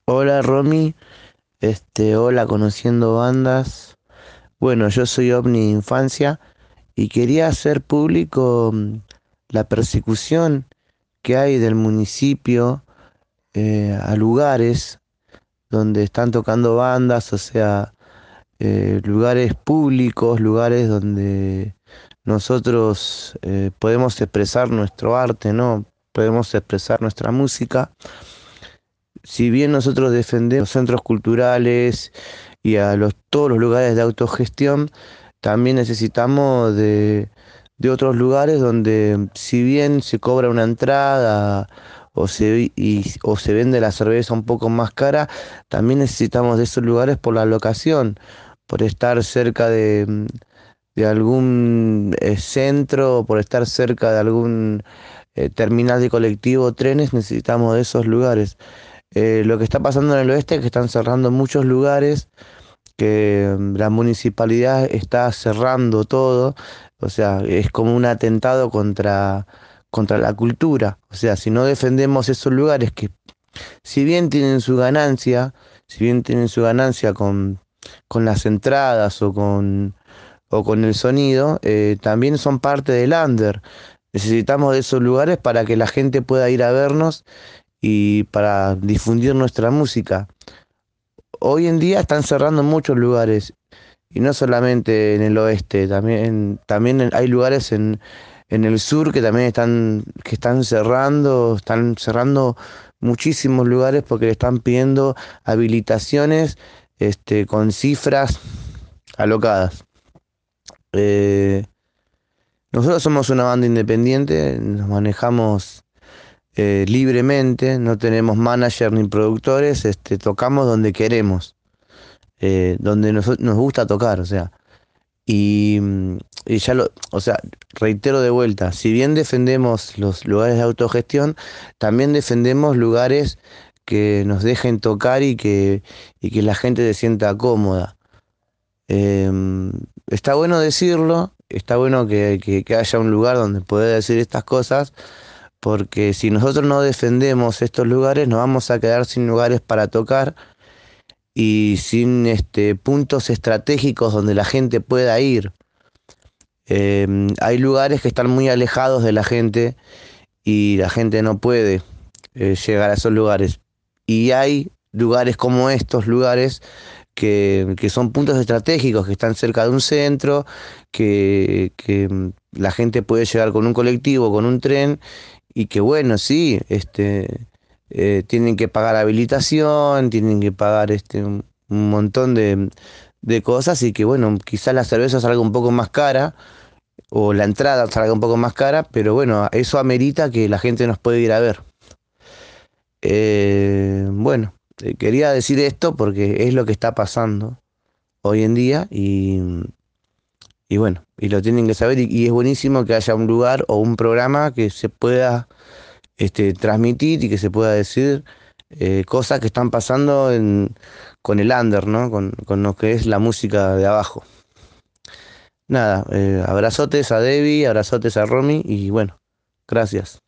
Hola Romy, hola conociendo bandas. Bueno, yo soy OVNI de Infancia y quería hacer público la persecución que hay del municipio a lugares donde están tocando bandas, o sea, lugares públicos, lugares donde nosotros podemos expresar nuestro arte, ¿no? Podemos expresar nuestra música. Si bien nosotros defendemos los centros culturales y todos los lugares de autogestión, también necesitamos de otros lugares donde si bien se cobra una entrada o se vende la cerveza un poco más cara, también necesitamos de esos lugares por la locación, por estar cerca de algún centro, por estar cerca de algún terminal de colectivo o trenes, necesitamos de esos lugares. Lo que está pasando en el oeste es que están cerrando muchos lugares, que la municipalidad está cerrando todo, o sea, es como un atentado contra la cultura. O sea, si no defendemos esos lugares que si bien tienen su ganancia, si bien tienen su ganancia con las entradas o con el sonido, también son parte del under. Necesitamos de esos lugares para que la gente pueda ir a vernos y para difundir nuestra música. Hoy en día están cerrando muchos lugares y no solamente en el oeste, también hay lugares en el sur que están cerrando muchísimos lugares porque le están pidiendo habilitaciones con cifras alocadas. Eh, Nosotros somos una banda independiente, nos manejamos libremente, no tenemos manager ni productores, tocamos donde queremos, donde nos gusta tocar, o sea, y o sea, reitero de vuelta, si bien defendemos los lugares de autogestión, también defendemos lugares que nos dejen tocar y que la gente se sienta cómoda. Está bueno decirlo, está bueno que haya un lugar donde poder decir estas cosas, porque si nosotros no defendemos estos lugares, nos vamos a quedar sin lugares para tocar y sin puntos estratégicos donde la gente pueda ir. Hay lugares que están muy alejados de la gente y la gente no puede llegar a esos lugares. Y hay lugares como estos lugares que son puntos estratégicos, que están cerca de un centro, que la gente puede llegar con un colectivo, con un tren, y que bueno, sí, tienen que pagar habilitación, tienen que pagar un montón de cosas, y que bueno, quizás la cerveza salga un poco más cara, o la entrada salga un poco más cara, pero bueno, eso amerita que la gente nos puede ir a ver. Bueno, quería decir esto porque es lo que está pasando hoy en día y bueno, y lo tienen que saber y es buenísimo que haya un lugar o un programa que se pueda transmitir y que se pueda decir cosas que están pasando con el under, ¿no? Con lo que es la música de abajo. Nada, abrazotes a Debbie, abrazotes a Romy y bueno, gracias.